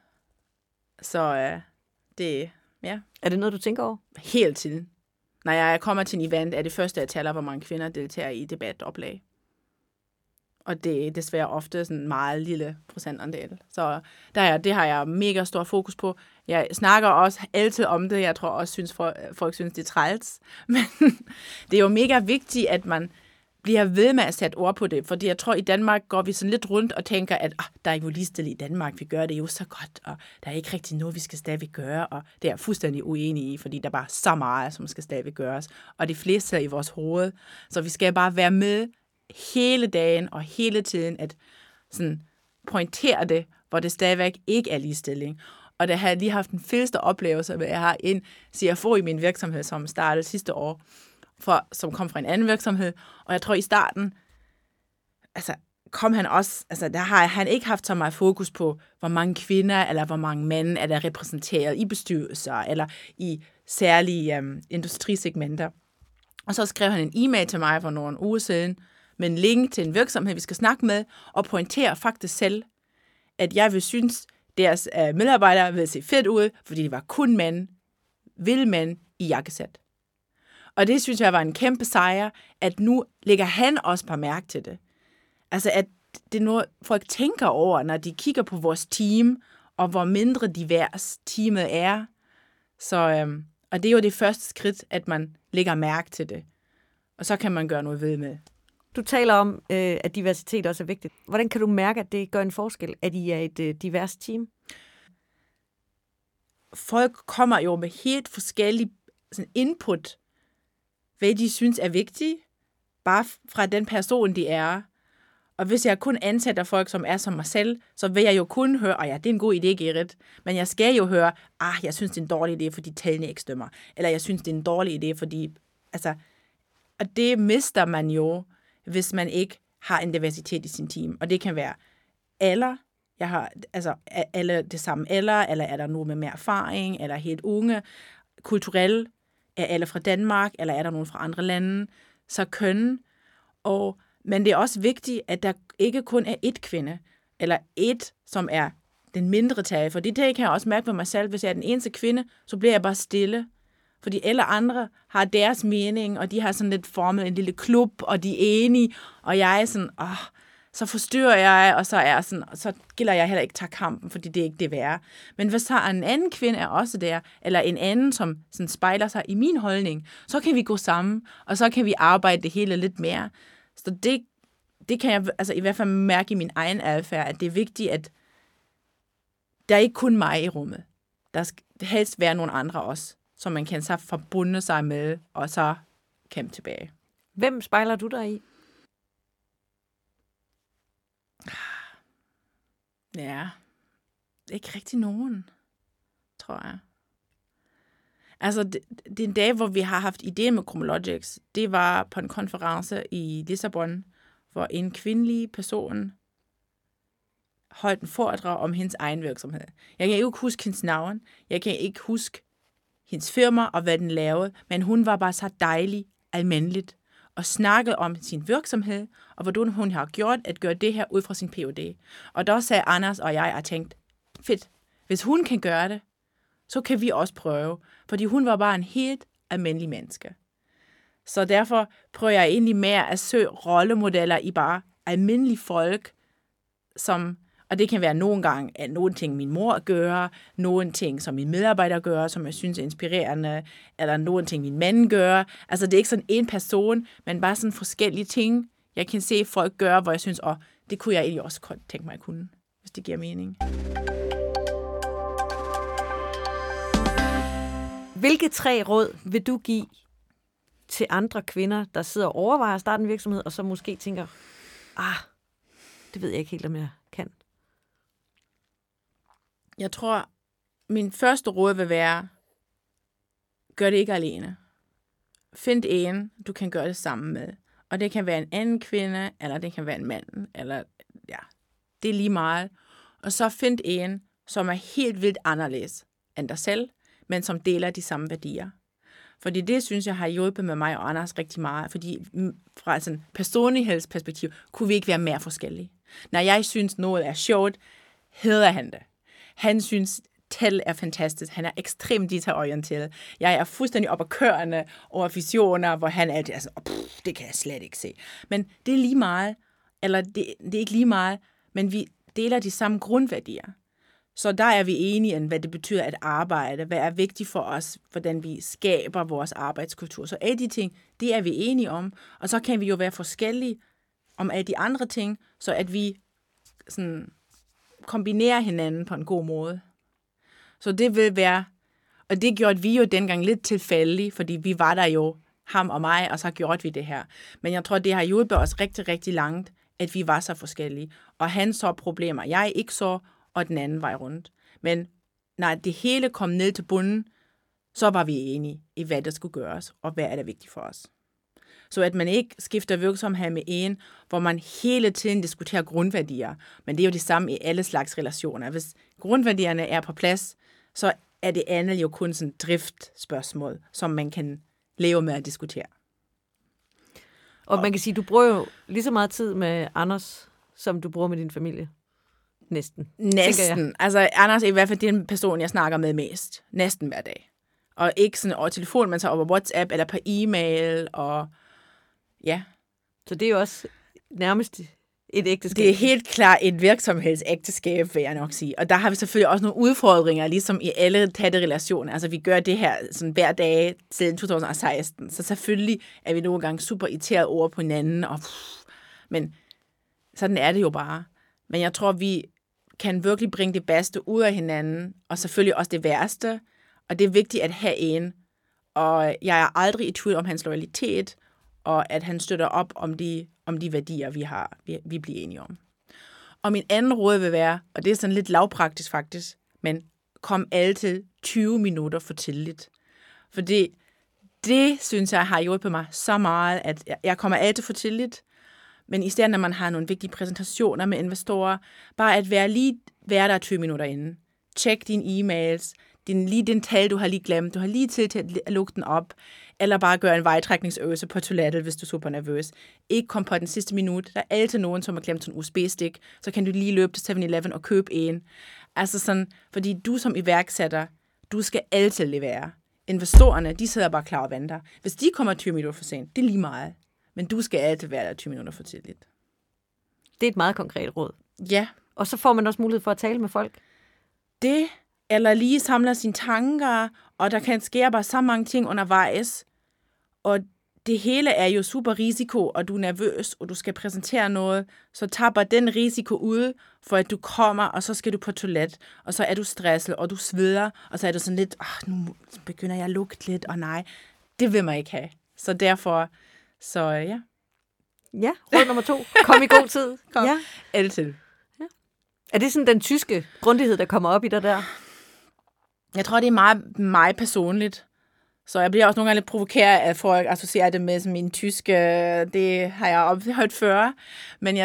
Så det, ja. Er det noget, du tænker over? Helt tiden. Når jeg kommer til en event, er det første, jeg taler, hvor mange kvinder deltager i debatoplag. Og det er desværre ofte sådan en meget lille procentandel. Så det har jeg mega stor fokus på. Jeg snakker også altid om det. Jeg tror også, folk synes, det er træls. Men det er jo mega vigtigt, at man bliver ved med at sætte ord på det. Fordi jeg tror, i Danmark går vi sådan lidt rundt og tænker, at der er jo ligestillet i Danmark. Vi gør det jo så godt, og der er ikke rigtig noget, vi skal stadig gøre. Og det er jeg fuldstændig uenig i, fordi der er bare så meget, som skal stadig gøres. Og det fleste sidder i vores hoved. Så vi skal bare være med hele dagen og hele tiden at sådan pointere det, hvor det stadigvæk ikke er ligestilling. Og der har jeg lige haft den fedeste oplevelse, hvor jeg har en CFO i min virksomhed, som startede sidste år, som kom fra en anden virksomhed. Og jeg tror i starten, kom han også, der har han ikke haft så meget fokus på, hvor mange kvinder eller hvor mange mænd er der repræsenteret i bestyrelser eller i særlige industrisegmenter. Og så skrev han en e-mail til mig for nogle uger siden, med en link til en virksomhed, vi skal snakke med, og pointere faktisk selv, at jeg vil synes, deres medarbejdere vil se fedt ud, fordi det var kun vilde mænd i jakkesæt. Og det synes jeg var en kæmpe sejr, at nu lægger han også på mærke til det. Altså, at det er noget, folk tænker over, når de kigger på vores team, og hvor mindre divers teamet er. Så, og det er jo det første skridt, at man lægger mærke til det. Og så kan man gøre noget ved med. Du taler om, at diversitet også er vigtigt. Hvordan kan du mærke, at det gør en forskel, at I er et divers team? Folk kommer jo med helt forskellige input, hvad de synes er vigtigt. bare fra den person, de er. Og hvis jeg kun ansætter folk, som er som mig selv, så vil jeg jo kun høre, ja, det er en god idé, Gerrit. Men jeg skal jo høre, jeg synes, det er en dårlig idé, fordi tallene ikke stemmer. Eller jeg synes, det er en dårlig idé, fordi... Altså, og det mister man jo, hvis man ikke har en diversitet i sin team. Og det kan være alle det samme eller er der nogen med mere erfaring, eller helt unge, kulturelle, er alle fra Danmark, eller er der nogen fra andre lande, så køn. Men det er også vigtigt, at der ikke kun er ét kvinde, eller ét, som er den mindre tag. For det kan jeg også mærke ved mig selv. Hvis jeg er den eneste kvinde, så bliver jeg bare stille. Fordi alle andre har deres mening, og de har sådan lidt formet en lille klub, og de er enige, og jeg er sådan, så forstyrrer jeg, og så gælder jeg heller ikke tage kampen, fordi det er ikke det værre. Men hvis der er en anden kvinde er også der, eller en anden, som sådan spejler sig i min holdning, så kan vi gå sammen, og så kan vi arbejde det hele lidt mere. Så det kan jeg altså i hvert fald mærke i min egen adfærd, at det er vigtigt, at der er ikke kun mig i rummet. Der skal helst være nogle andre også, som man kan så forbunde sig med, og så kæmpe tilbage. Hvem spejler du dig i? Ja, ikke rigtig nogen, tror jeg. Altså, det en dag, hvor vi har haft idé med Chromologics, det var på en konference i Lissabon, hvor en kvindelig person holdt en foredrag om hendes egen virksomhed. Jeg kan ikke huske hendes navn, jeg kan ikke huske hendes firma og hvad den lavede, men hun var bare så dejlig, almindeligt, og snakkede om sin virksomhed, og hvordan hun har gjort at gøre det her ud fra sin PhD. Og der sagde Anders og jeg tænkt, fedt, hvis hun kan gøre det, så kan vi også prøve, fordi hun var bare en helt almindelig menneske. Så derfor prøver jeg egentlig mere at søge rollemodeller i bare almindelige folk, og det kan være nogle gange, at nogle ting min mor gør, nogle ting som min medarbejder gør, som jeg synes er inspirerende, eller nogle ting min mand gør. Altså det er ikke sådan en person, men bare sådan forskellige ting, jeg kan se folk gøre, hvor jeg synes, det kunne jeg egentlig også godt tænke mig at kunne, hvis det giver mening. Hvilke 3 råd vil du give til andre kvinder, der sidder og overvejer at starte en virksomhed, og så måske tænker, det ved jeg ikke helt, om jeg kan? Jeg tror, min første råd vil være, gør det ikke alene. Find en, du kan gøre det sammen med. Og det kan være en anden kvinde, eller det kan være en mand, eller det er lige meget. Og så find en, som er helt vildt anderledes end dig selv, men som deler de samme værdier. Fordi det, synes jeg, har hjulpet med mig og Anders rigtig meget. Fordi fra sådan personlighedsperspektiv, kunne vi ikke være mere forskellige. Når jeg synes, noget er sjovt, hedder han det. Han synes, tal er fantastisk. Han er ekstremt detailorienteret. Jeg er fuldstændig oppe over visioner, hvor han altid er sådan, det kan jeg slet ikke se. Men det er lige meget, eller det er ikke lige meget, men vi deler de samme grundværdier. Så der er vi enige om, hvad det betyder at arbejde, hvad er vigtigt for os, hvordan vi skaber vores arbejdskultur. Så alle de ting, det er vi enige om, og så kan vi jo være forskellige om alle de andre ting, så at vi sådan kombinerer hinanden på en god måde. Så det vil være, og det gjorde vi jo dengang lidt tilfældigt, fordi vi var der jo, ham og mig, og så gjorde vi det her. Men jeg tror, det har hjulpet os rigtig, rigtig langt, at vi var så forskellige. Og han så problemer, jeg ikke så, og den anden vej rundt. Men når det hele kom ned til bunden, så var vi enige i, hvad der skulle gøres, og hvad er det vigtigt for os. Så at man ikke skifter virksomhed med en, hvor man hele tiden diskuterer grundværdier. Men det er jo det samme i alle slags relationer. Hvis grundværdierne er på plads, så er det andet jo kun sådan driftspørgsmål, som man kan leve med at diskutere. Og man kan sige, du bruger jo lige så meget tid med Anders, som du bruger med din familie. Næsten. Altså, Anders er i hvert fald den person, jeg snakker med mest. Næsten hver dag. Og ikke sådan over telefon, men så over WhatsApp eller på e-mail. Og ja. Så det er jo også nærmest et ægteskab. Det er helt klart et virksomhedsægteskab, vil jeg nok sige. Og der har vi selvfølgelig også nogle udfordringer, ligesom i alle tætte relationer. Altså, vi gør det her sådan hver dag siden 2016. Så selvfølgelig er vi nogle gange super irriteret over på hinanden. Men sådan er det jo bare. Men jeg tror, vi kan virkelig bringe det bedste ud af hinanden, og selvfølgelig også det værste. Og det er vigtigt at have en. Og jeg er aldrig i tvivl om hans loyalitet, og at han støtter op om de værdier, vi bliver enige om. Og min anden råd vil være, og det er sådan lidt lavpraktisk faktisk, men kom altid 20 minutter for tidligt. Fordi det, synes jeg, har hjulpet mig så meget, at jeg kommer altid for tidligt. Men i stedet, når man har nogle vigtige præsentationer med investorer, bare at være der 20 minutter inden. Tjek dine e-mails, den tal, du har lige glemt. Du har lige tid til at lukke den op. Eller bare gøre en vejtrækningsøvelse på toilettet, hvis du er super nervøs. Ikke kom på den sidste minut. Der er altid nogen, som har glemt en USB-stik. Så kan du lige løbe til 7-Eleven og købe en. Altså sådan, fordi du som iværksætter, du skal altid levere. Investorerne, de sidder bare klar og venter. Hvis de kommer 20 minutter for sent, det er lige meget. Men du skal altid være der 20 minutter for tidligt. Det er et meget konkret råd. Ja. Og så får man også mulighed for at tale med folk. Det, eller lige samle sine tanker, og der kan ske bare så mange ting undervejs. Og det hele er jo super risiko, og du er nervøs, og du skal præsentere noget. Så tag bare den risiko ud, for at du kommer, og så skal du på toilet, og så er du stresset, og du sveder, og så er du sådan lidt, nu begynder jeg at lugte lidt, og nej, det vil man ikke have. Så derfor, ja. Ja, råd nummer 2. Kom i god tid. Kom. Ja. Altid. Ja. Er det sådan den tyske grundighed, der kommer op i dig der? Jeg tror, det er meget mig personligt. Så jeg bliver også nogle gange lidt provokeret, at folk associerer det med min tyske. Det har jeg hørt før. Men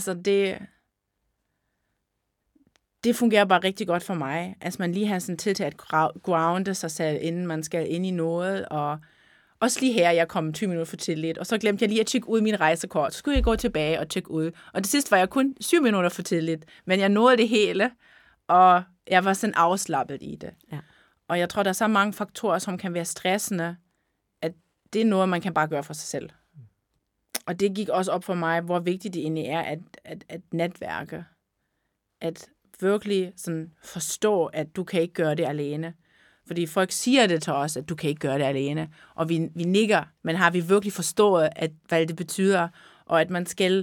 det fungerer bare rigtig godt for mig. Altså man lige har sådan tid til at grounde sig selv, inden man skal ind i noget. Og også lige her, jeg kom 20 minutter for tidligt, og så glemte jeg lige at tjekke ud min rejsekort. Så skulle jeg gå tilbage og tjekke ud. Og det sidste var jeg kun 7 minutter for tidligt. Men jeg nåede det hele, og jeg var sådan afslappet i det. Ja. Og jeg tror, der er så mange faktorer, som kan være stressende, at det er noget, man kan bare gøre for sig selv. Og det gik også op for mig, hvor vigtigt det egentlig er at netværke. At virkelig sådan forstå, at du kan ikke gøre det alene. Fordi folk siger det til os, at du kan ikke gøre det alene. Og vi nikker, men har vi virkelig forstået, hvad det betyder, og at man skal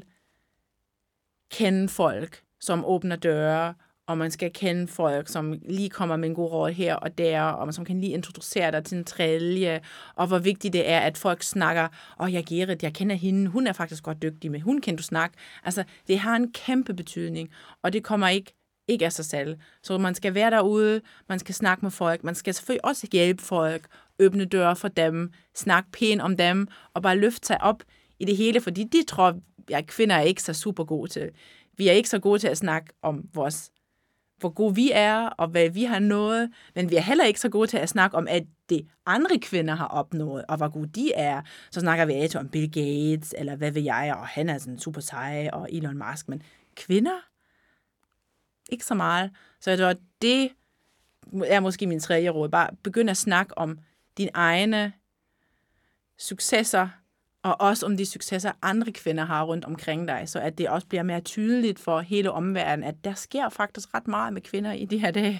kende folk, som åbner døre, og man skal kende folk, som lige kommer med en god råd her og der, og som kan lige introducere dig til en tredje, og hvor vigtigt det er, at folk snakker, jeg kender hende, hun er faktisk godt dygtig med, hun kan du snakke. Altså, det har en kæmpe betydning, og det kommer ikke af sig selv. Så man skal være derude, man skal snakke med folk, man skal selvfølgelig også hjælpe folk, åbne døre for dem, snakke pænt om dem, og bare løfte sig op i det hele, fordi det tror jeg, kvinder er ikke så super gode til. Vi er ikke så gode til at snakke om hvor gode vi er, og hvad vi har nået, men vi er heller ikke så gode til at snakke om, at det andre kvinder har opnået, og hvor gode de er. Så snakker vi altid om Bill Gates, eller hvad ved jeg, og han er sådan super sej, og Elon Musk, men kvinder? Ikke så meget. Så jeg tror, det er måske min tredje råd. Bare begynd at snakke om dine egne successer, og også om de successer, andre kvinder har rundt omkring dig, så at det også bliver mere tydeligt for hele omverdenen, at der sker faktisk ret meget med kvinder i de her dage.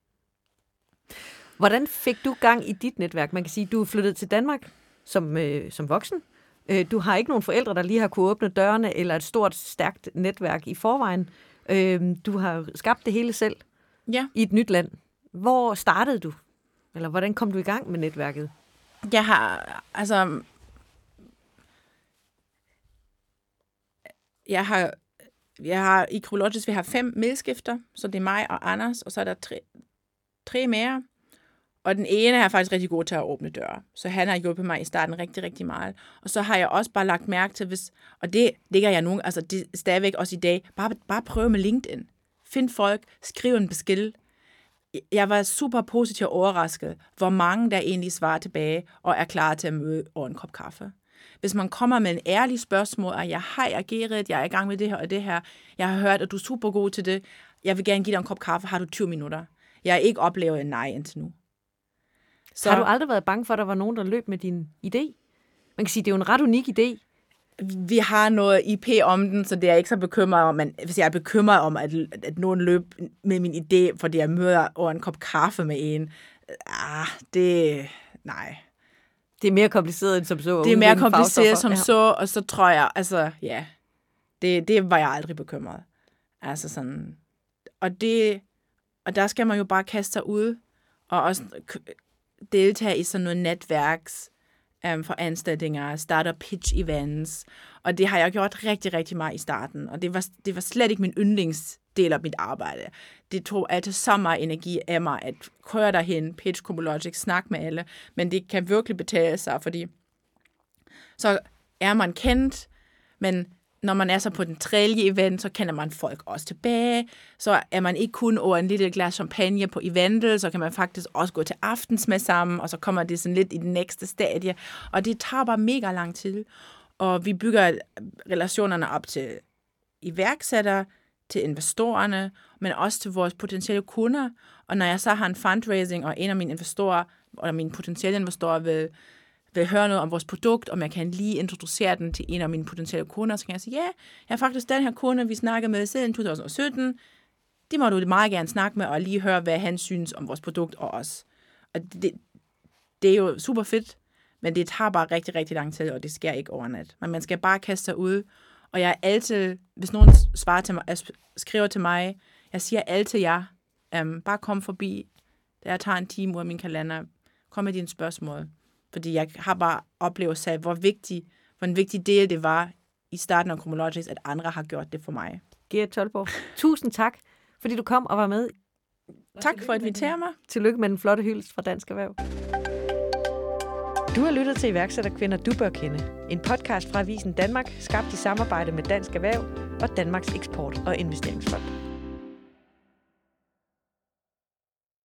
Hvordan fik du gang i dit netværk? Man kan sige, at du er flyttet til Danmark som voksen. Du har ikke nogen forældre, der lige har kunne åbne dørene, eller et stort, stærkt netværk i forvejen. Du har skabt det hele selv i et nyt land. Hvor startede du? Eller hvordan kom du i gang med netværket? Jeg har i Crologis, vi har 5 medskifter, så det er mig og Anders, og så er der 3 mere. Og den ene er faktisk rigtig god til at åbne døre, så han har hjulpet mig i starten rigtig, rigtig meget. Og så har jeg også bare lagt mærke til, og det ligger jeg nogen, altså det er stadigvæk også i dag, bare prøve med LinkedIn. Find folk, skriv en besked. Jeg var super positivt overrasket, hvor mange der egentlig svarer tilbage og er klar til at møde over en kop kaffe. Hvis man kommer med en ærlig spørgsmål, at jeg har ageret, jeg er i gang med det her og det her, jeg har hørt, at du er super god til det, jeg vil gerne give dig en kop kaffe, har du 20 minutter? Jeg har ikke oplevet en nej indtil nu. Så har du aldrig været bange for, at der var nogen, der løb med din idé? Man kan sige, det er jo en ret unik idé. Vi har noget IP om den, så det er ikke så bekymret om, men hvis jeg er bekymret om, at nogen løb med min idé, fordi jeg møder over en kop kaffe med en, nej. Det er mere kompliceret end som så. Det er mere kompliceret som så, og så tror jeg, det var jeg aldrig bekymret. Altså sådan, og der skal man jo bare kaste sig ud, og også deltage i sådan noget netværks for ansætninger, startup pitch events, og det har jeg gjort rigtig, rigtig meget i starten, og det var slet ikke min yndlingsdel af mit arbejde. Det tog altid så meget energi af mig, at køre derhen, pitch ComoLogic, snak med alle, men det kan virkelig betale sig, fordi så er man kendt, men når man er så på den tredje event, så kender man folk også tilbage. Så er man ikke kun over en lille glas champagne på eventet, så kan man faktisk også gå til aftensmad sammen, og så kommer det sådan lidt i den næste stadie. Og det tager bare mega lang tid. Og vi bygger relationerne op til iværksættere, til investorerne, men også til vores potentielle kunder. Og når jeg så har en fundraising, og en af mine investorer, eller mine potentielle investorer vil høre noget om vores produkt, om jeg kan lige introducere den til en af mine potentielle kunder, så kan jeg sige, ja, jeg er faktisk den her kunde, vi snakkede med siden 2017. Det må du meget gerne snakke med, og lige høre, hvad han synes om vores produkt og os. Og det er jo super fedt, men det tager bare rigtig, rigtig lang tid, og det sker ikke overnat. Men man skal bare kaste sig ud, og jeg er altid, hvis nogen skriver til mig, jeg siger altid ja, bare kom forbi, da jeg tager en time ud af min kalender, kom med dine spørgsmål. Fordi jeg har bare oplevet sig, hvor en vigtig del det var i starten af ComoLogic, at andre har gjort det for mig. Gert Toldborg, tusind tak, fordi du kom og var med. Tak for at invitere mig. Tillykke med den flotte hyldest fra Dansk Erhverv. Du har lyttet til iværksætterkvinder, du bør kende. En podcast fra Avisen Danmark, skabt i samarbejde med Dansk Erhverv og Danmarks Eksport- og Investeringsfond.